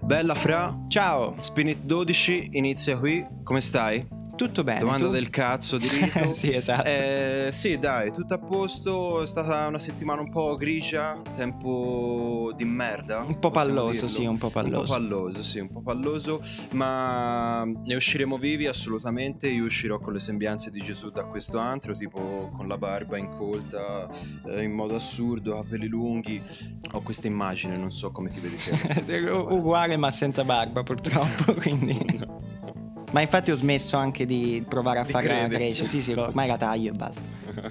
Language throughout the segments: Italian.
Bella Fra, Ciao, Spinit 12 inizia qui, come stai? tutto bene? Domanda tu? del cazzo di rito. Sì, esatto. Sì, dai, tutto a posto. È stata una settimana un po' grigia, tempo di merda. Un po' possiamo palloso, dirlo? sì, un po' palloso. Un po' palloso, sì, un po' palloso. Ma ne usciremo vivi assolutamente. Io uscirò con le sembianze di Gesù da questo antro, tipo con la barba incolta, in modo assurdo, capelli lunghi. Ho questa immagine, non so come ti vedi te. Uguale ma senza barba purtroppo, quindi... Ma infatti ho smesso anche di provare a fare la crescere. Sì, ormai la taglio e basta.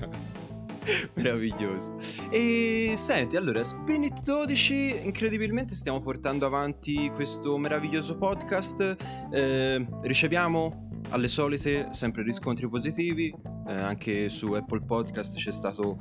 Meraviglioso. E senti, allora, Spinit 12, incredibilmente stiamo portando avanti questo meraviglioso podcast. Riceviamo alle solite sempre riscontri positivi. Anche su Apple Podcast c'è stato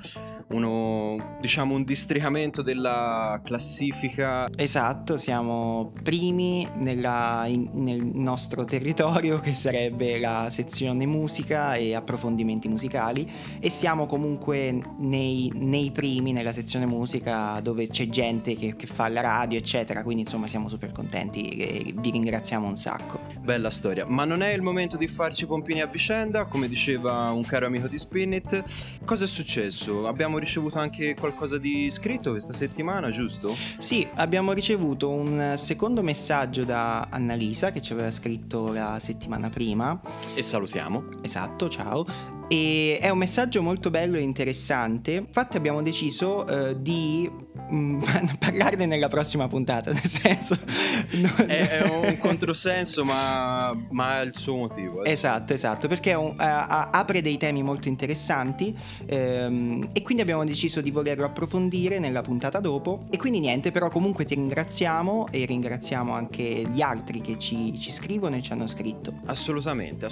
un districamento della classifica. Esatto, siamo primi nel nostro territorio, che sarebbe la sezione musica e approfondimenti musicali, e siamo comunque nei primi nella sezione musica, dove c'è gente che fa la radio eccetera, quindi insomma siamo super contenti e vi ringraziamo un sacco. Bella storia, ma non è il momento di farci pompini a vicenda, come diceva un caro amico di Spinit. Cosa è successo? Abbiamo ricevuto anche qualcosa di scritto questa settimana, giusto? Sì, abbiamo ricevuto un secondo messaggio da Annalisa, che ci aveva scritto la settimana prima. E salutiamo. Esatto, ciao. E è un messaggio molto bello e interessante. Infatti abbiamo deciso di parlarne nella prossima puntata, nel senso è un controsenso, ma ha il suo motivo. Esatto, perché apre dei temi molto interessanti, e quindi abbiamo deciso di volerlo approfondire nella puntata dopo. E quindi niente, però comunque ti ringraziamo e ringraziamo anche gli altri che ci scrivono e ci hanno scritto. Assolutamente.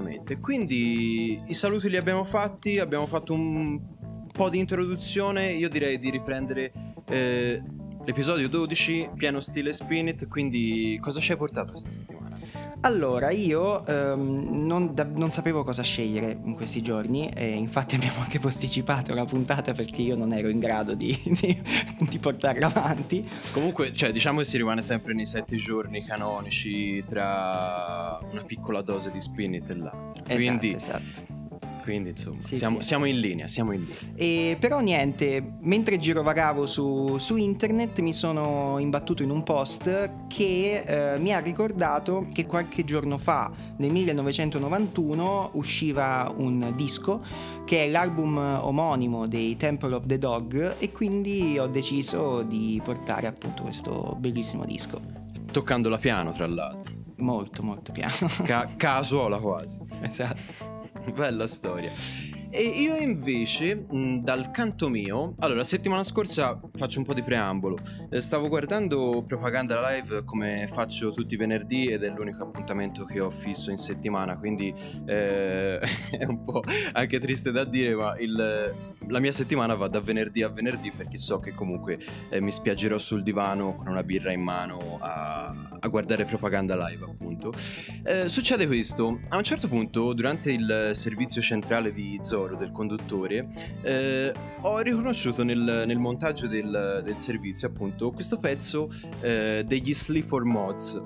Quindi i saluti li abbiamo fatti, abbiamo fatto un po' di introduzione. Io direi di riprendere l'episodio 12, pieno stile Spinit. Quindi cosa ci hai portato questa settimana? Allora, io non sapevo cosa scegliere in questi giorni, e infatti abbiamo anche posticipato la puntata perché io non ero in grado di portarla avanti. Comunque, diciamo che si rimane sempre nei 7 giorni canonici tra una piccola dose di Spinit e l'altra. Esatto. Quindi insomma, siamo in linea. E però niente, mentre girovagavo su internet mi sono imbattuto in un post che mi ha ricordato che qualche giorno fa, nel 1991, usciva un disco che è l'album omonimo dei Temple of the Dog, e quindi ho deciso di portare appunto questo bellissimo disco. Toccandola piano, tra l'altro. Molto molto piano. Casuola quasi. Esatto. Bella storia. E io invece, dal canto mio, allora, la settimana scorsa, faccio un po' di preambolo, stavo guardando Propaganda Live come faccio tutti i venerdì, ed è l'unico appuntamento che ho fisso in settimana, quindi è un po' anche triste da dire, ma la mia settimana va da venerdì a venerdì, perché so che comunque mi spiaggerò sul divano con una birra in mano a guardare Propaganda Live, appunto. Succede questo: a un certo punto, durante il servizio centrale di Zoro, del conduttore, ho riconosciuto nel montaggio del servizio, appunto, questo pezzo degli Sleaford Mods,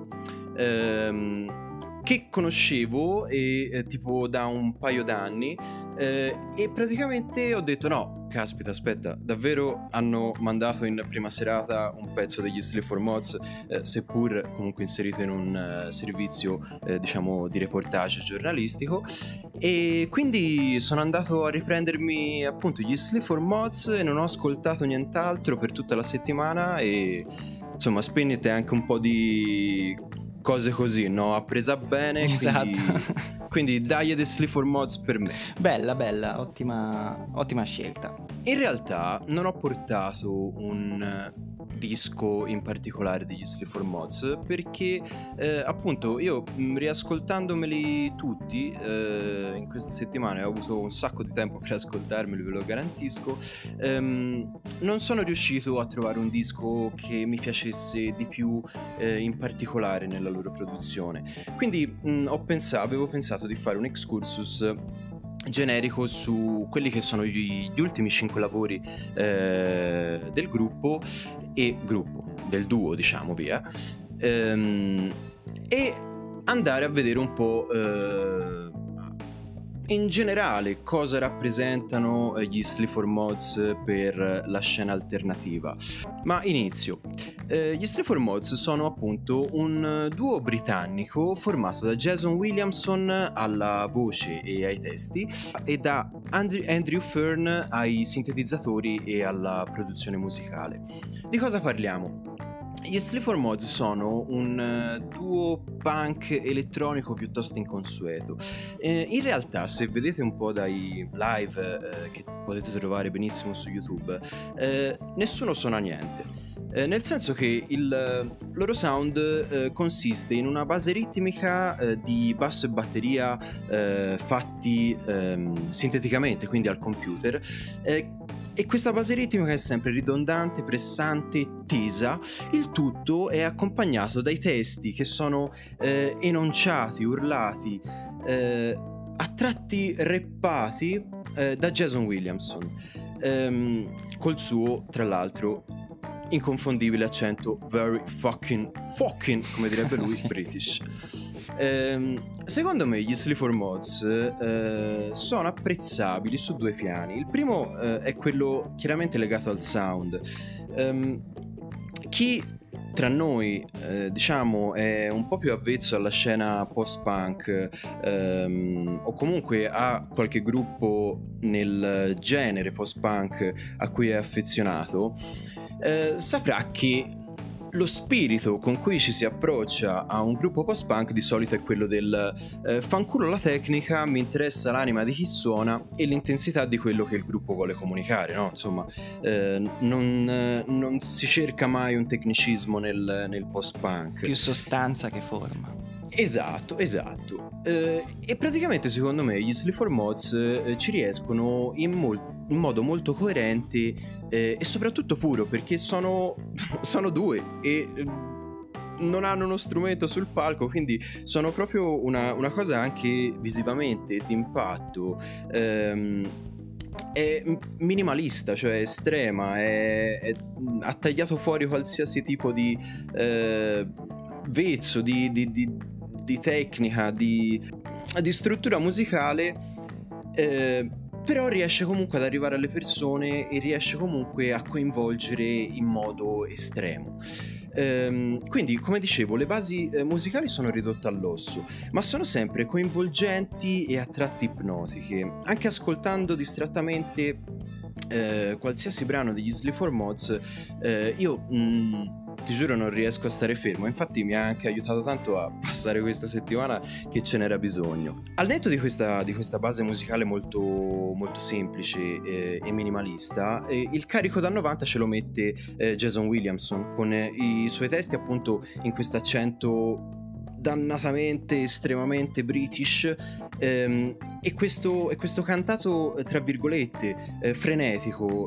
che conoscevo tipo da un paio d'anni, e praticamente ho detto: no, caspita, aspetta, davvero hanno mandato in prima serata un pezzo degli Sleaford Mods, seppur comunque inserito in un servizio diciamo di reportage giornalistico. E quindi sono andato a riprendermi appunto gli Sleaford Mods e non ho ascoltato nient'altro per tutta la settimana. E insomma, Spinit è anche un po' di cose così, no? Appresa bene. Esatto. Quindi dai The Sleaford Mods per me. Bella, ottima scelta. In realtà non ho portato un disco in particolare degli Sleaford Mods, perché appunto io, riascoltandomeli tutti in questa settimana, ho avuto un sacco di tempo per ascoltarmeli, ve lo garantisco, non sono riuscito a trovare un disco che mi piacesse di più in particolare nella loro produzione. Quindi avevo pensato di fare un excursus generico su quelli che sono gli ultimi 5 lavori del gruppo del duo, diciamo, via, e andare a vedere un po' in generale cosa rappresentano gli Sleaford Mods per la scena alternativa. Ma inizio. Gli Sleaford Mods sono appunto un duo britannico formato da Jason Williamson alla voce e ai testi e da Andrew Fearn ai sintetizzatori e alla produzione musicale. Di cosa parliamo? Gli Sleaford Mods sono un duo punk elettronico piuttosto inconsueto. In realtà, se vedete un po' dai live che potete trovare benissimo su YouTube, nessuno suona niente. Nel senso che il loro sound consiste in una base ritmica di basso e batteria fatti sinteticamente, quindi al computer, e questa base ritmica è sempre ridondante, pressante, tesa. Il tutto è accompagnato dai testi che sono enunciati, urlati, a tratti rappati da Jason Williamson, col suo, tra l'altro, inconfondibile accento very fucking, come direbbe lui, sì. British. Secondo me gli Sleaford Mods sono apprezzabili su due piani. Il primo è quello chiaramente legato al sound. Chi tra noi diciamo è un po' più avvezzo alla scena post-punk o comunque ha qualche gruppo nel genere post-punk a cui è affezionato, saprà che lo spirito con cui ci si approccia a un gruppo post-punk di solito è quello del fanculo la tecnica, mi interessa l'anima di chi suona e l'intensità di quello che il gruppo vuole comunicare, no? Insomma, non si cerca mai un tecnicismo nel post-punk. Più sostanza che forma. Esatto. E praticamente secondo me gli Sleaford Mods ci riescono in modo molto coerente e soprattutto puro, perché sono due e non hanno uno strumento sul palco, quindi sono proprio una cosa anche visivamente d'impatto. È minimalista, cioè estrema, ha tagliato fuori qualsiasi tipo di vezzo, di tecnica, di struttura musicale, però riesce comunque ad arrivare alle persone e riesce comunque a coinvolgere in modo estremo. Quindi, come dicevo, le basi musicali sono ridotte all'osso, ma sono sempre coinvolgenti e a tratti ipnotiche. Anche ascoltando distrattamente qualsiasi brano degli Sleaford Mods, io ti giuro non riesco a stare fermo. Infatti mi ha anche aiutato tanto a passare questa settimana che ce n'era bisogno. Al netto di questa base musicale molto, molto semplice e minimalista, il carico da 90 ce lo mette Jason Williamson con i suoi testi appunto in questo accento dannatamente, estremamente British, e questo cantato tra virgolette frenetico,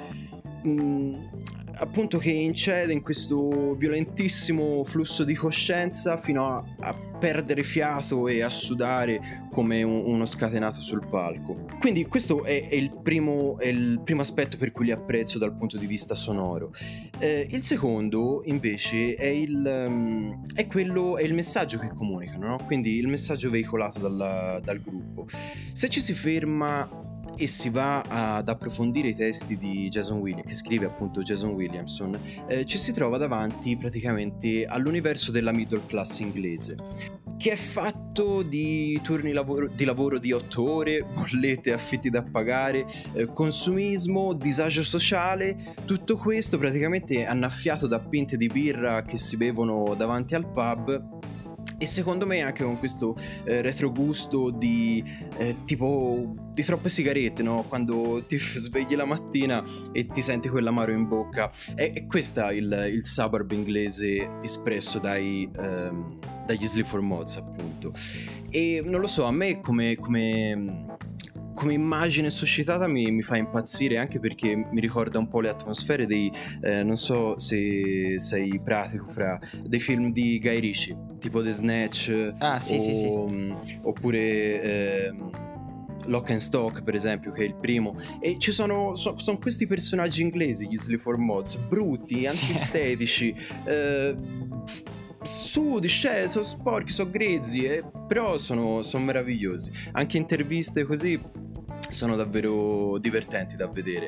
appunto, che incede in questo violentissimo flusso di coscienza fino a perdere fiato e a sudare come uno scatenato sul palco. Quindi questo è il primo aspetto per cui li apprezzo dal punto di vista sonoro. Il secondo invece è il messaggio che comunicano, no? Quindi il messaggio veicolato dal gruppo. Se ci si ferma e si va ad approfondire i testi di Jason Williamson, che scrive appunto Jason Williamson, ci si trova davanti praticamente all'universo della middle class inglese, che è fatto di turni di lavoro di 8 ore, bollette, affitti da pagare, consumismo, disagio sociale, tutto questo praticamente annaffiato da pinte di birra che si bevono davanti al pub. E secondo me anche con questo retrogusto di tipo di troppe sigarette, no? Quando ti svegli la mattina e ti senti quell'amaro in bocca. E questo è il suburb inglese espresso dagli Sleaford Mods, appunto. E non lo so, a me come immagine suscitata mi fa impazzire, anche perché mi ricorda un po' le atmosfere dei non so se sei pratico fra dei film di Guy Ritchie, tipo The Snatch, sì. Oppure Lock and Stock, per esempio, che è il primo, e ci sono questi personaggi inglesi, gli Sleaford Mods, brutti, antistetici, sudi, cioè, sono sporchi, sono grezzi, però sono meravigliosi. Anche interviste così sono davvero divertenti da vedere.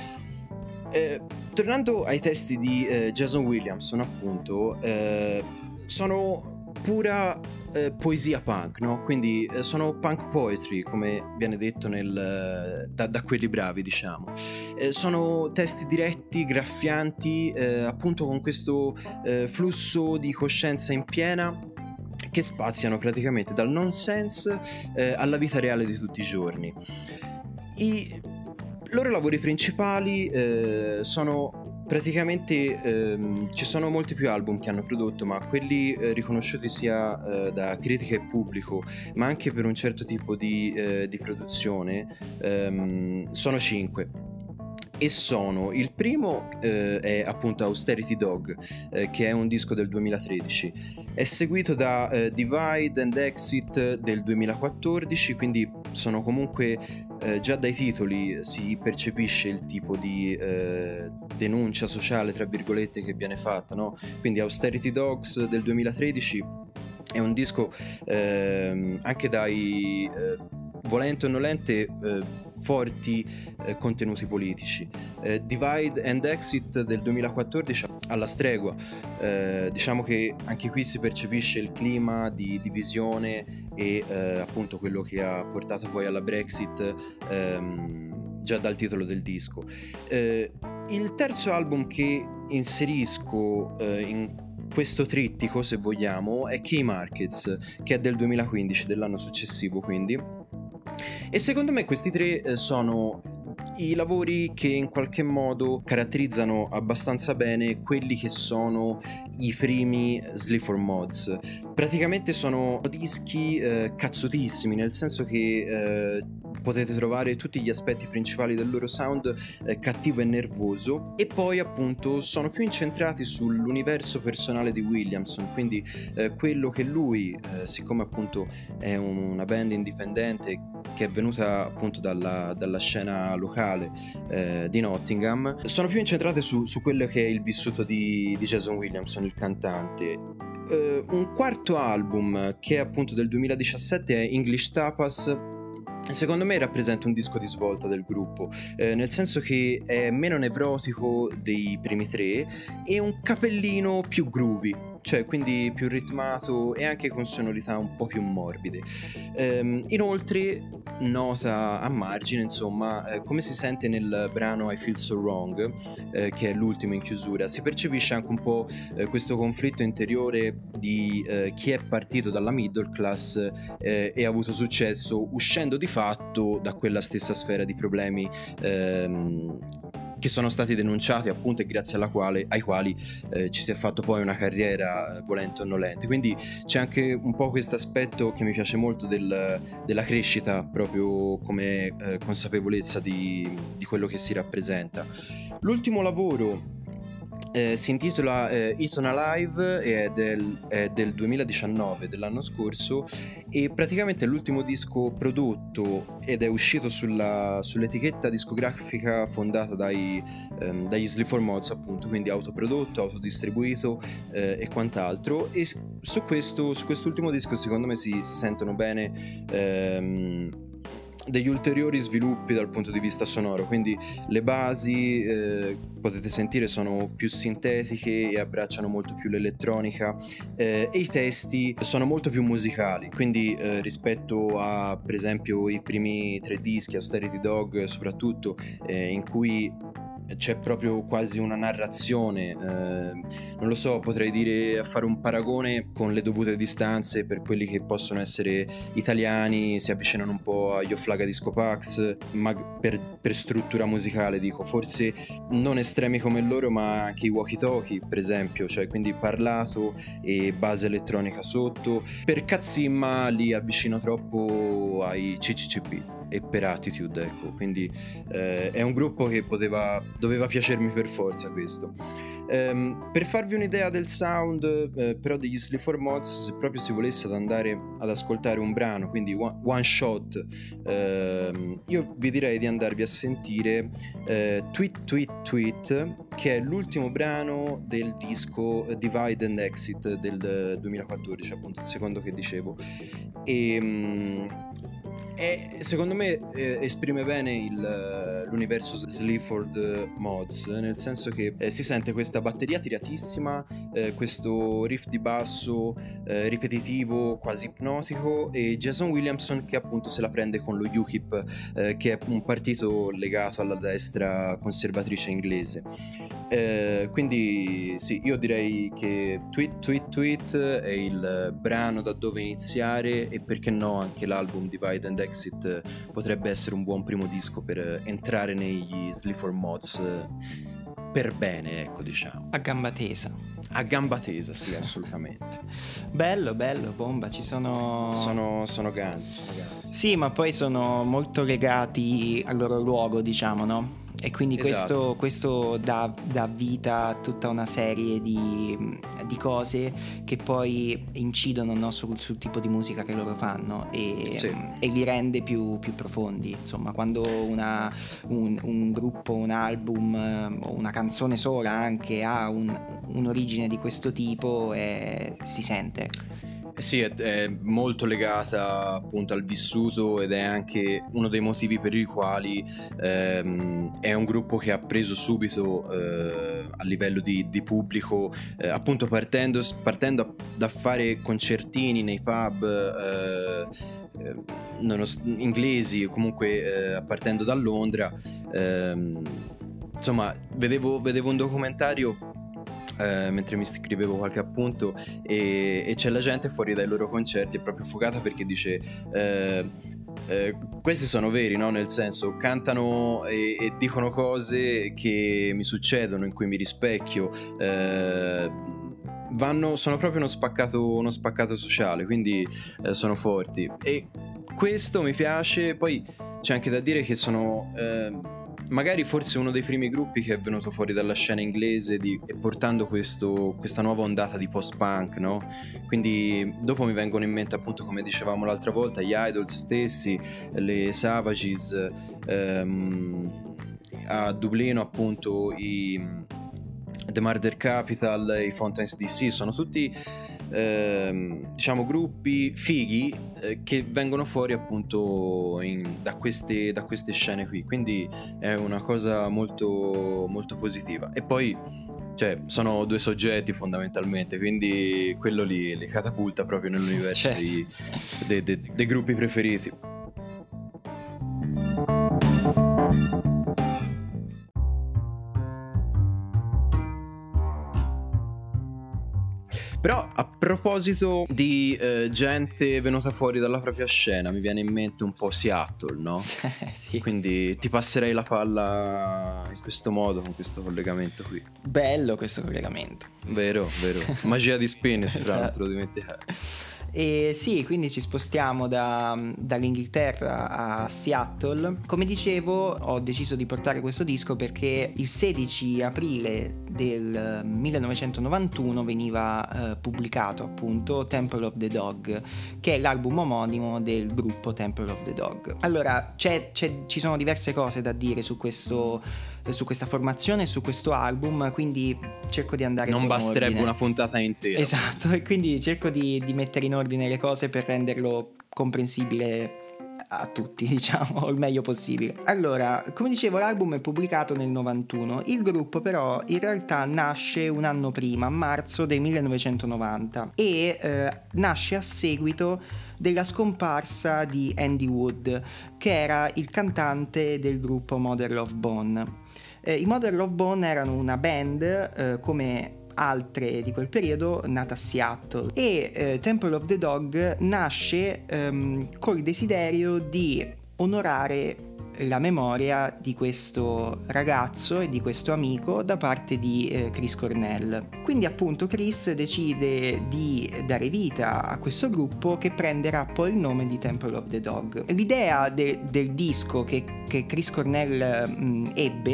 Tornando ai testi di Jason Williamson, appunto, sono pura poesia punk, no? Quindi sono punk poetry, come viene detto da quelli bravi, diciamo. Sono testi diretti, graffianti, appunto con questo flusso di coscienza in piena, che spaziano praticamente dal nonsense alla vita reale di tutti i giorni. I loro lavori principali sono praticamente, ci sono molti più album che hanno prodotto, ma quelli riconosciuti sia da critica e pubblico, ma anche per un certo tipo di produzione, sono 5. E sono, il primo è appunto Austerity Dog, che è un disco del 2013, è seguito da Divide and Exit del 2014, quindi sono comunque già dai titoli si percepisce il tipo di denuncia sociale, tra virgolette, che viene fatta, no? Quindi Austerity Dogs del 2013 è un disco anche dai volente o nolente forti contenuti politici. Divide and Exit del 2014 alla stregua, diciamo che anche qui si percepisce il clima di divisione e appunto quello che ha portato poi alla Brexit, già dal titolo del disco. Il terzo album che inserisco in questo trittico, se vogliamo, è Key Markets, che è del 2015, dell'anno successivo, quindi. E secondo me questi tre sono i lavori che in qualche modo caratterizzano abbastanza bene quelli che sono i primi Sleaford Mods. Praticamente sono dischi cazzutissimi, nel senso che potete trovare tutti gli aspetti principali del loro sound cattivo e nervoso, e poi appunto sono più incentrati sull'universo personale di Williamson, quindi quello che lui, siccome appunto è una band indipendente che è venuta appunto dalla scena locale di Nottingham, sono più incentrate su quello che è il vissuto di Jason Williamson, il cantante. Un quarto album, che è appunto del 2017, è English Tapas. Secondo me rappresenta un disco di svolta del gruppo, nel senso che è meno nevrotico dei primi tre e un capellino più groovy, cioè quindi più ritmato e anche con sonorità un po' più morbide. Inoltre, nota a margine, insomma, come si sente nel brano I Feel So Wrong, che è l'ultimo in chiusura, si percepisce anche un po' questo conflitto interiore di chi è partito dalla middle class e ha avuto successo uscendo di fatto da quella stessa sfera di problemi che sono stati denunciati appunto e grazie ai quali ci si è fatto poi una carriera volente o nolente. Quindi c'è anche un po' questo aspetto che mi piace molto della crescita, proprio come consapevolezza di quello che si rappresenta. L'ultimo lavoro si intitola Eton Alive e è del 2019, dell'anno scorso, e praticamente è l'ultimo disco prodotto ed è uscito sull'etichetta discografica fondata dagli Sleaford Mods, appunto, quindi autoprodotto, autodistribuito e quant'altro. E su quest'ultimo disco secondo me si sentono bene degli ulteriori sviluppi dal punto di vista sonoro, quindi le basi potete sentire sono più sintetiche e abbracciano molto più l'elettronica, e i testi sono molto più musicali, quindi rispetto a per esempio i primi tre dischi, Austerity Dog soprattutto, in cui c'è proprio quasi una narrazione, non lo so, potrei dire, a fare un paragone con le dovute distanze per quelli che possono essere italiani, si avvicinano un po' agli Offlaga Disco Pax, ma per struttura musicale dico, forse non estremi come loro, ma anche i Walkie Talkie per esempio, cioè quindi parlato e base elettronica sotto. Per Cazzimma li avvicino troppo ai CCCP e per Attitude, ecco, quindi è un gruppo che doveva piacermi per forza questo. Per farvi un'idea del sound però degli Sleep for Mods, se proprio si volesse andare ad ascoltare un brano, quindi one shot, io vi direi di andarvi a sentire Tweet Tweet Tweet, che è l'ultimo brano del disco Divide and Exit del 2014, appunto il secondo che dicevo, e secondo me esprime bene l'universo Sleaford Mods, nel senso che si sente questa batteria tiratissima, questo riff di basso ripetitivo, quasi ipnotico, e Jason Williamson che appunto se la prende con lo UKIP, che è un partito legato alla destra conservatrice inglese. Quindi sì, io direi che Tweet Tweet Tweet è il brano da dove iniziare, e perché no anche l'album Divide and Exit potrebbe essere un buon primo disco per entrare negli Sleep for Mods per bene, ecco, diciamo. A gamba tesa. A gamba tesa, sì, assolutamente. Bello, bomba, ci sono... Sono ganzi. Sì, ma poi sono molto legati al loro luogo, diciamo, no? E quindi Esatto. questo dà vita a tutta una serie di cose che poi incidono, no, sul tipo di musica che loro fanno Sì. e li rende più profondi. Insomma, quando un gruppo, un album o una canzone sola anche ha un'origine di questo tipo, si sente. Sì, è molto legata appunto al vissuto, ed è anche uno dei motivi per i quali è un gruppo che ha preso subito a livello di pubblico, appunto partendo da fare concertini nei pub inglesi, o comunque partendo da Londra. Insomma, vedevo un documentario mentre mi scrivevo qualche appunto, e c'è la gente fuori dai loro concerti, è proprio fugata, perché dice questi sono veri, no? Nel senso, cantano e dicono cose che mi succedono, in cui mi rispecchio, sono proprio uno spaccato sociale, quindi sono forti, e questo mi piace. Poi c'è anche da dire che sono magari forse uno dei primi gruppi che è venuto fuori dalla scena inglese e portando questa nuova ondata di post-punk, no? Quindi dopo mi vengono in mente, appunto, come dicevamo l'altra volta, gli Idols stessi, le Savages, a Dublino appunto The Murder Capital, i Fountains DC, sono tutti diciamo gruppi fighi che vengono fuori appunto da queste scene qui, quindi è una cosa molto molto positiva. E poi cioè sono due soggetti fondamentalmente, quindi quello li catapulta proprio nell'universo dei gruppi preferiti. Però a proposito di gente venuta fuori dalla propria scena, mi viene in mente un po' Seattle, no? Sì. Quindi ti passerei la palla in questo modo, con questo collegamento qui. Bello questo collegamento. Vero. Magia di Spinet, tra Esatto. l'altro, lo dimenticare. E sì, quindi ci spostiamo dall'Inghilterra a Seattle. Come dicevo, ho deciso di portare questo disco perché il 16 aprile del 1991 veniva pubblicato appunto Temple of the Dog, che è l'album omonimo del gruppo Temple of the Dog. Allora, ci sono diverse cose da dire su questa formazione e su questo album, quindi cerco di andare non con basterebbe ordine. una puntata intera. Esatto, e quindi cerco di mettere in ordine le cose per renderlo comprensibile a tutti, diciamo, il meglio possibile. Allora, come dicevo, l'album è pubblicato nel 91, il gruppo però in realtà nasce un anno prima, a marzo del 1990, e nasce a seguito della scomparsa di Andy Wood, che era il cantante del gruppo Mother Love Bone. I Mother Love Bone erano una band come altre di quel periodo nata a Seattle, e Temple of the Dog nasce col desiderio di onorare la memoria di questo ragazzo e di questo amico da parte di Chris Cornell. Quindi appunto Chris decide di dare vita a questo gruppo, che prenderà poi il nome di Temple of the Dog. L'idea del disco che Chris Cornell ebbe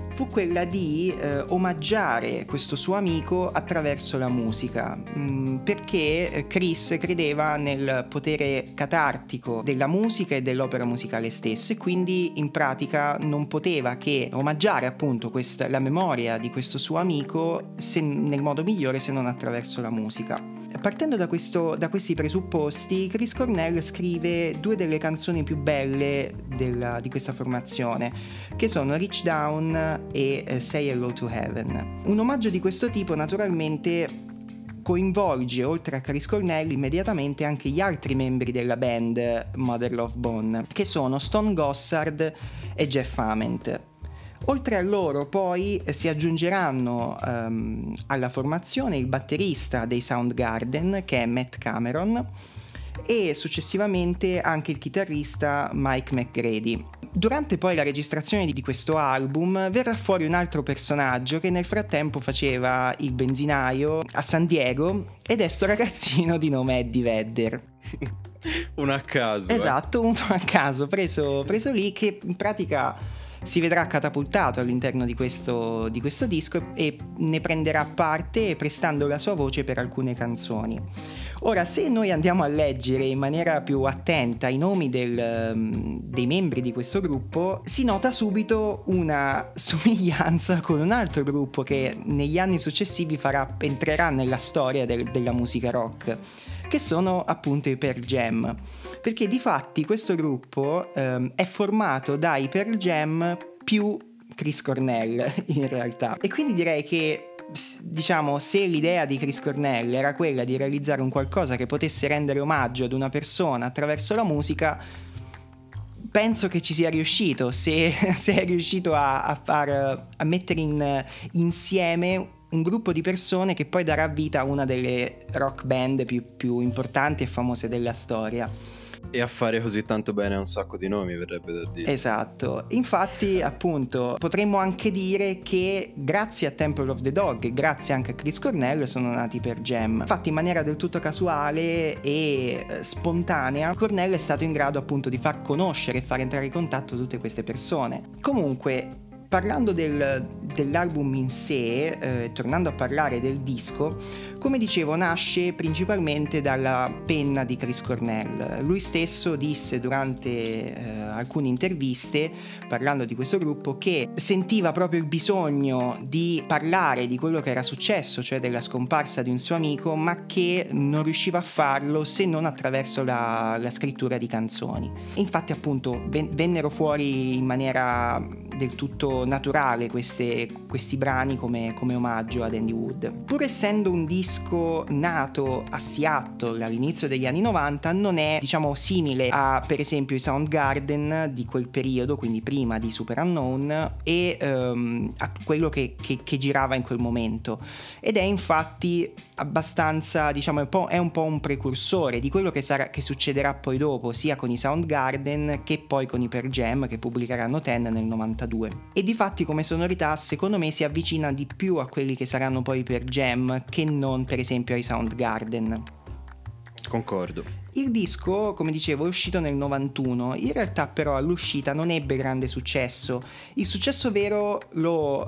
fu quella di omaggiare questo suo amico attraverso la musica, perché Chris credeva nel potere catartico della musica e dell'opera musicale stesso, e quindi in pratica non poteva che omaggiare appunto la memoria di questo suo amico nel modo migliore se non attraverso la musica. Partendo da questi presupposti, Chris Cornell scrive due delle canzoni più belle di questa formazione, che sono Reach Down e Say Hello to Heaven. Un omaggio di questo tipo naturalmente coinvolge, oltre a Chris Cornell, immediatamente anche gli altri membri della band Mother Love Bone, che sono Stone Gossard e Jeff Ament. Oltre a loro poi si aggiungeranno alla formazione il batterista dei Soundgarden, che è Matt Cameron, e successivamente anche il chitarrista Mike McGrady. Durante poi la registrazione di questo album verrà fuori un altro personaggio che nel frattempo faceva il benzinaio a San Diego, ed è sto ragazzino di nome Eddie Vedder. Uno a caso. Esatto, uno a caso, preso lì, che in pratica si vedrà catapultato all'interno di questo disco e ne prenderà parte prestando la sua voce per alcune canzoni. Ora, se noi andiamo a leggere in maniera più attenta i nomi dei membri di questo gruppo, si nota subito una somiglianza con un altro gruppo che negli anni successivi entrerà nella storia della musica rock, che sono appunto i Pearl Jam, perché difatti questo gruppo è formato dai Pearl Jam più Chris Cornell in realtà, e quindi direi che, diciamo, se l'idea di Chris Cornell era quella di realizzare un qualcosa che potesse rendere omaggio ad una persona attraverso la musica, penso che ci sia riuscito, se è riuscito a mettere insieme un gruppo di persone che poi darà vita a una delle rock band più importanti e famose della storia. E a fare così tanto bene a un sacco di nomi, verrebbe da dire. Esatto, infatti appunto potremmo anche dire che grazie a Temple of the Dog e grazie anche a Chris Cornell sono nati Pearl Jam. Infatti in maniera del tutto casuale e spontanea Cornell è stato in grado appunto di far conoscere e far entrare in contatto tutte queste persone. Comunque, parlando dell'album in sé, tornando a parlare del disco, come dicevo, nasce principalmente dalla penna di Chris Cornell. Lui stesso disse durante alcune interviste, parlando di questo gruppo, che sentiva proprio il bisogno di parlare di quello che era successo, cioè della scomparsa di un suo amico, ma che non riusciva a farlo se non attraverso la scrittura di canzoni. Infatti appunto vennero fuori in maniera del tutto naturale questi brani come omaggio ad Andy Wood. Pur essendo un disco nato a Seattle all'inizio degli anni 90, non è, diciamo, simile a per esempio i Soundgarden di quel periodo, quindi prima di Superunknown, e a quello che girava in quel momento, ed è infatti abbastanza, diciamo, è un po' un precursore di quello che succederà poi dopo, sia con i Soundgarden che poi con i Pearl Jam, che pubblicheranno Ten nel 92. E difatti come sonorità secondo me si avvicina di più a quelli che saranno poi i Pearl Jam che non per esempio ai Soundgarden. Concordo. Il disco, come dicevo, è uscito nel 91, in realtà però all'uscita non ebbe grande successo. Il successo vero lo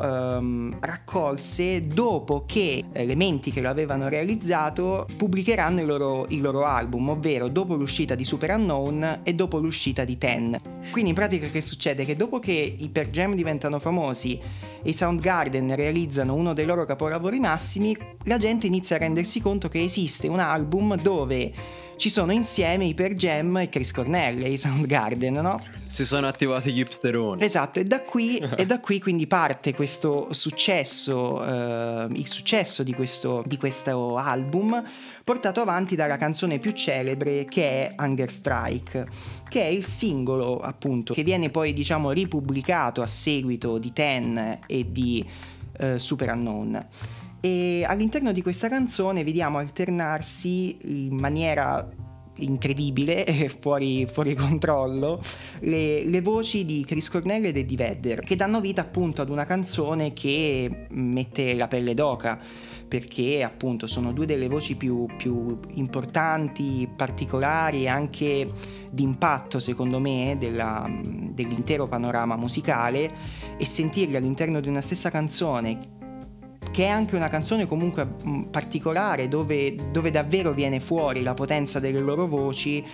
raccolse dopo che Elementi, che lo avevano realizzato, pubblicheranno il loro album, ovvero dopo l'uscita di Superunknown e dopo l'uscita di Ten. Quindi in pratica che succede? Che dopo che i Pearl Jam diventano famosi e i Soundgarden realizzano uno dei loro capolavori massimi, la gente inizia a rendersi conto che esiste un album dove ci sono insieme i Pearl Jam e Chris Cornell e i Soundgarden, no? Si sono attivati gli hipsteroni. Esatto, e da qui quindi parte questo successo, il successo di questo album, portato avanti dalla canzone più celebre che è Hunger Strike, che è il singolo appunto che viene poi, diciamo, ripubblicato a seguito di Ten e di Superunknown. E all'interno di questa canzone vediamo alternarsi in maniera incredibile e fuori controllo, le voci di Chris Cornell ed Eddie Vedder, che danno vita appunto ad una canzone che mette la pelle d'oca, perché appunto sono due delle voci più importanti, particolari e anche d'impatto secondo me dell'intero panorama musicale, e sentirli all'interno di una stessa canzone, che è anche una canzone comunque particolare, dove davvero viene fuori la potenza delle loro voci,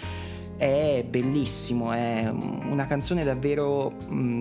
è bellissimo, è una canzone davvero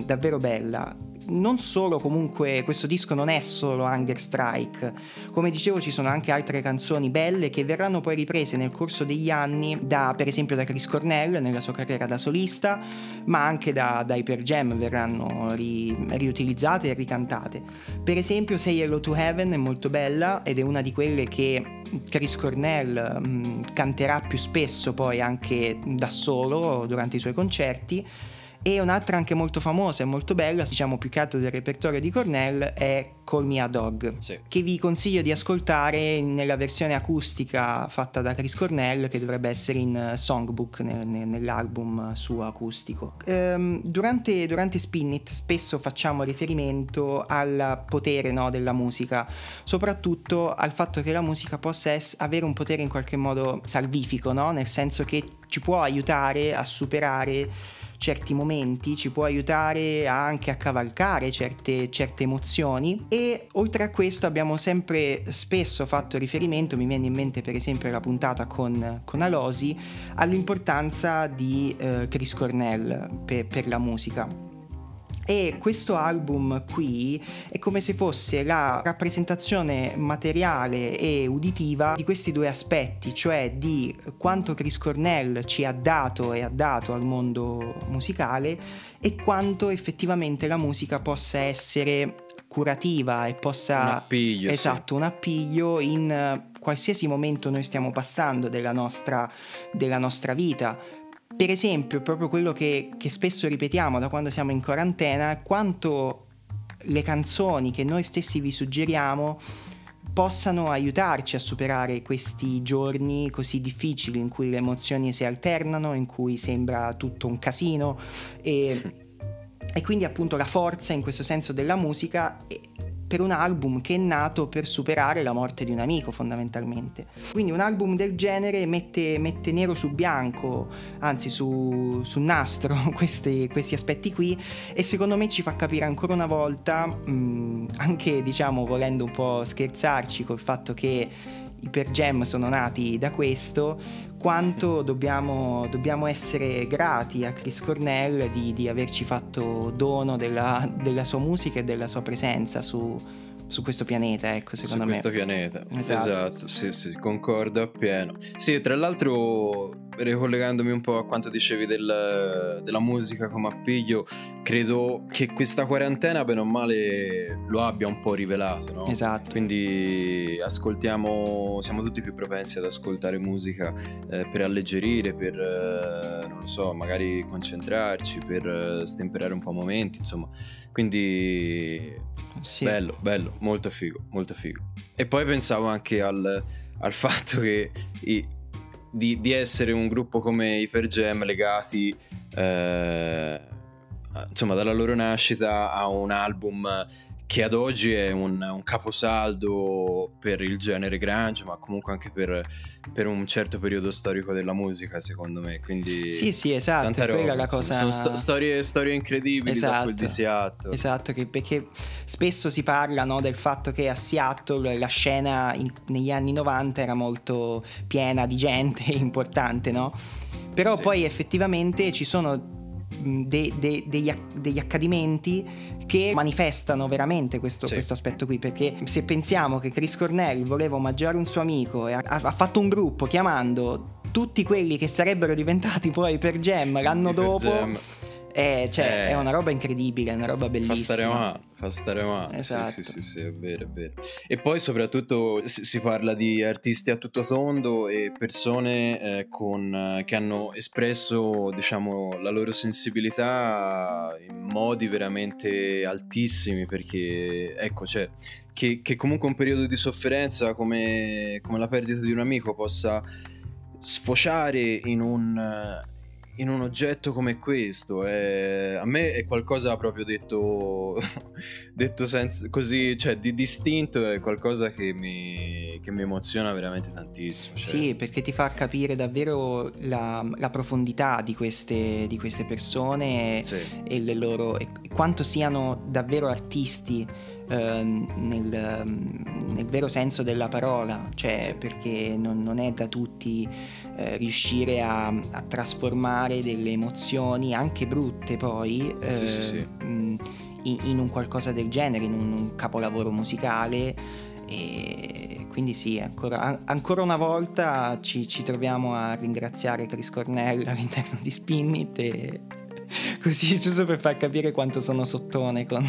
bella. Non solo, comunque questo disco non è solo Hunger Strike, come dicevo ci sono anche altre canzoni belle che verranno poi riprese nel corso degli anni per esempio da Chris Cornell nella sua carriera da solista, ma anche da Pearl Jam verranno riutilizzate e ricantate. Per esempio Say Hello to Heaven è molto bella ed è una di quelle che Chris Cornell canterà più spesso poi anche da solo durante i suoi concerti. E un'altra anche molto famosa e molto bella, diciamo più che altro del repertorio di Cornell, è Call Me a Dog, sì, che vi consiglio di ascoltare nella versione acustica fatta da Chris Cornell, che dovrebbe essere in Songbook nell'album suo acustico. Durante Spin It spesso facciamo riferimento al potere, no, della musica, soprattutto al fatto che la musica possa avere un potere in qualche modo salvifico, no? Nel senso che ci può aiutare a superare certi momenti, ci può aiutare anche a cavalcare certe emozioni. E oltre a questo abbiamo sempre spesso fatto riferimento, mi viene in mente per esempio la puntata con Alosi, all'importanza di Chris Cornell per la musica. E questo album qui è come se fosse la rappresentazione materiale e uditiva di questi due aspetti, cioè di quanto Chris Cornell ci ha dato e ha dato al mondo musicale e quanto effettivamente la musica possa essere curativa e possa... Un appiglio, esatto, sì. Un appiglio in qualsiasi momento noi stiamo passando della nostra vita. Per esempio, proprio quello che spesso ripetiamo da quando siamo in quarantena, quanto le canzoni che noi stessi vi suggeriamo possano aiutarci a superare questi giorni così difficili in cui le emozioni si alternano, in cui sembra tutto un casino e quindi appunto la forza in questo senso della musica per un album che è nato per superare la morte di un amico fondamentalmente. Quindi un album del genere mette nero su bianco, anzi su nastro questi aspetti qui, e secondo me ci fa capire ancora una volta, anche diciamo volendo un po' scherzarci col fatto che i Pearl Jam sono nati da questo, quanto dobbiamo essere grati a Chris Cornell di averci fatto dono della sua musica e della sua presenza su questo pianeta, ecco, secondo me. Su questo pianeta, esatto, sì, concordo appieno. Sì, tra l'altro, ricollegandomi un po' a quanto dicevi della musica come appiglio, credo che questa quarantena, bene o male, lo abbia un po' rivelato, no? Esatto. Quindi siamo tutti più propensi ad ascoltare musica per alleggerire, per, non lo so, magari concentrarci, per stemperare un po' momenti, insomma. Quindi... Sì. Bello, molto figo. E poi pensavo anche al fatto che di essere un gruppo come i Pearl Jam legati insomma dalla loro nascita a un album che ad oggi è un caposaldo per il genere grunge, ma comunque anche per un certo periodo storico della musica, secondo me. Quindi sì, esatto, tanta roba, quella è la cosa. Sono storie incredibili, esatto, da quel di Seattle. Esatto, perché spesso si parla, no, del fatto che a Seattle la scena negli anni 90 era molto piena di gente importante, no? Però sì, poi effettivamente ci sono degli accadimenti che manifestano veramente questo aspetto qui, perché se pensiamo che Chris Cornell voleva omaggiare un suo amico e ha fatto un gruppo chiamando tutti quelli che sarebbero diventati poi Pearl Jam l'anno dopo, è una roba incredibile, è una roba bellissima. Fa stare male. Esatto. Sì, è vero. E poi soprattutto si parla di artisti a tutto tondo e persone che hanno espresso, diciamo, la loro sensibilità in modi veramente altissimi, perché ecco, cioè che comunque un periodo di sofferenza come la perdita di un amico possa sfociare in un oggetto come questo a me è qualcosa proprio detto senza, così, cioè di distinto, è qualcosa che mi emoziona veramente tantissimo, cioè. Sì, perché ti fa capire davvero la profondità di queste persone, Sì. e le loro, e quanto siano davvero artisti nel vero senso della parola, cioè Sì. perché non è da tutti riuscire a trasformare delle emozioni anche brutte poi Sì. in un qualcosa del genere, in un capolavoro musicale. E quindi sì, ancora una volta ci troviamo a ringraziare Chris Cornell all'interno di Spin It, e così, giusto per far capire quanto sono sottone con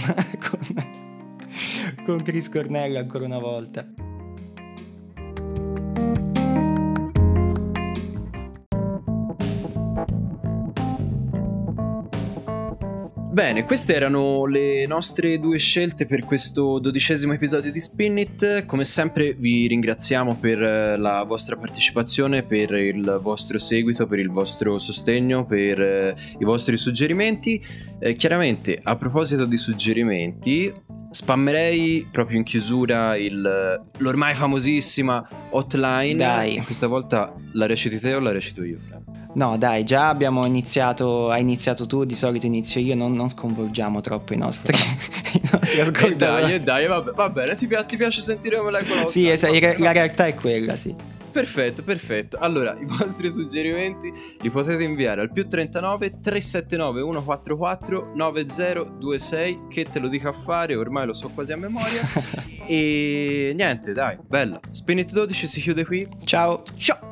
Chris Cornell ancora una volta. Bene, queste erano le nostre 2 scelte per questo 12° episodio di Spin It. Come sempre vi ringraziamo per la vostra partecipazione, per il vostro seguito, per il vostro sostegno, per i vostri suggerimenti. Chiaramente, a proposito di suggerimenti, spammerei proprio in chiusura l'ormai famosissima hotline. Dai. E questa volta la reciti te o la recito io, Fra? No, dai, già abbiamo iniziato, hai iniziato tu, di solito inizio io, non sconvolgiamo troppo i nostri ascoltatori. Dai, va bene, ti piace sentire come la colonna? Sì, la realtà è quella, sì. Perfetto. Allora, i vostri suggerimenti li potete inviare al +39 379 144 9026, che te lo dico a fare, ormai lo so quasi a memoria. E niente, dai, bella. Spin It 12 si chiude qui. Ciao. Ciao.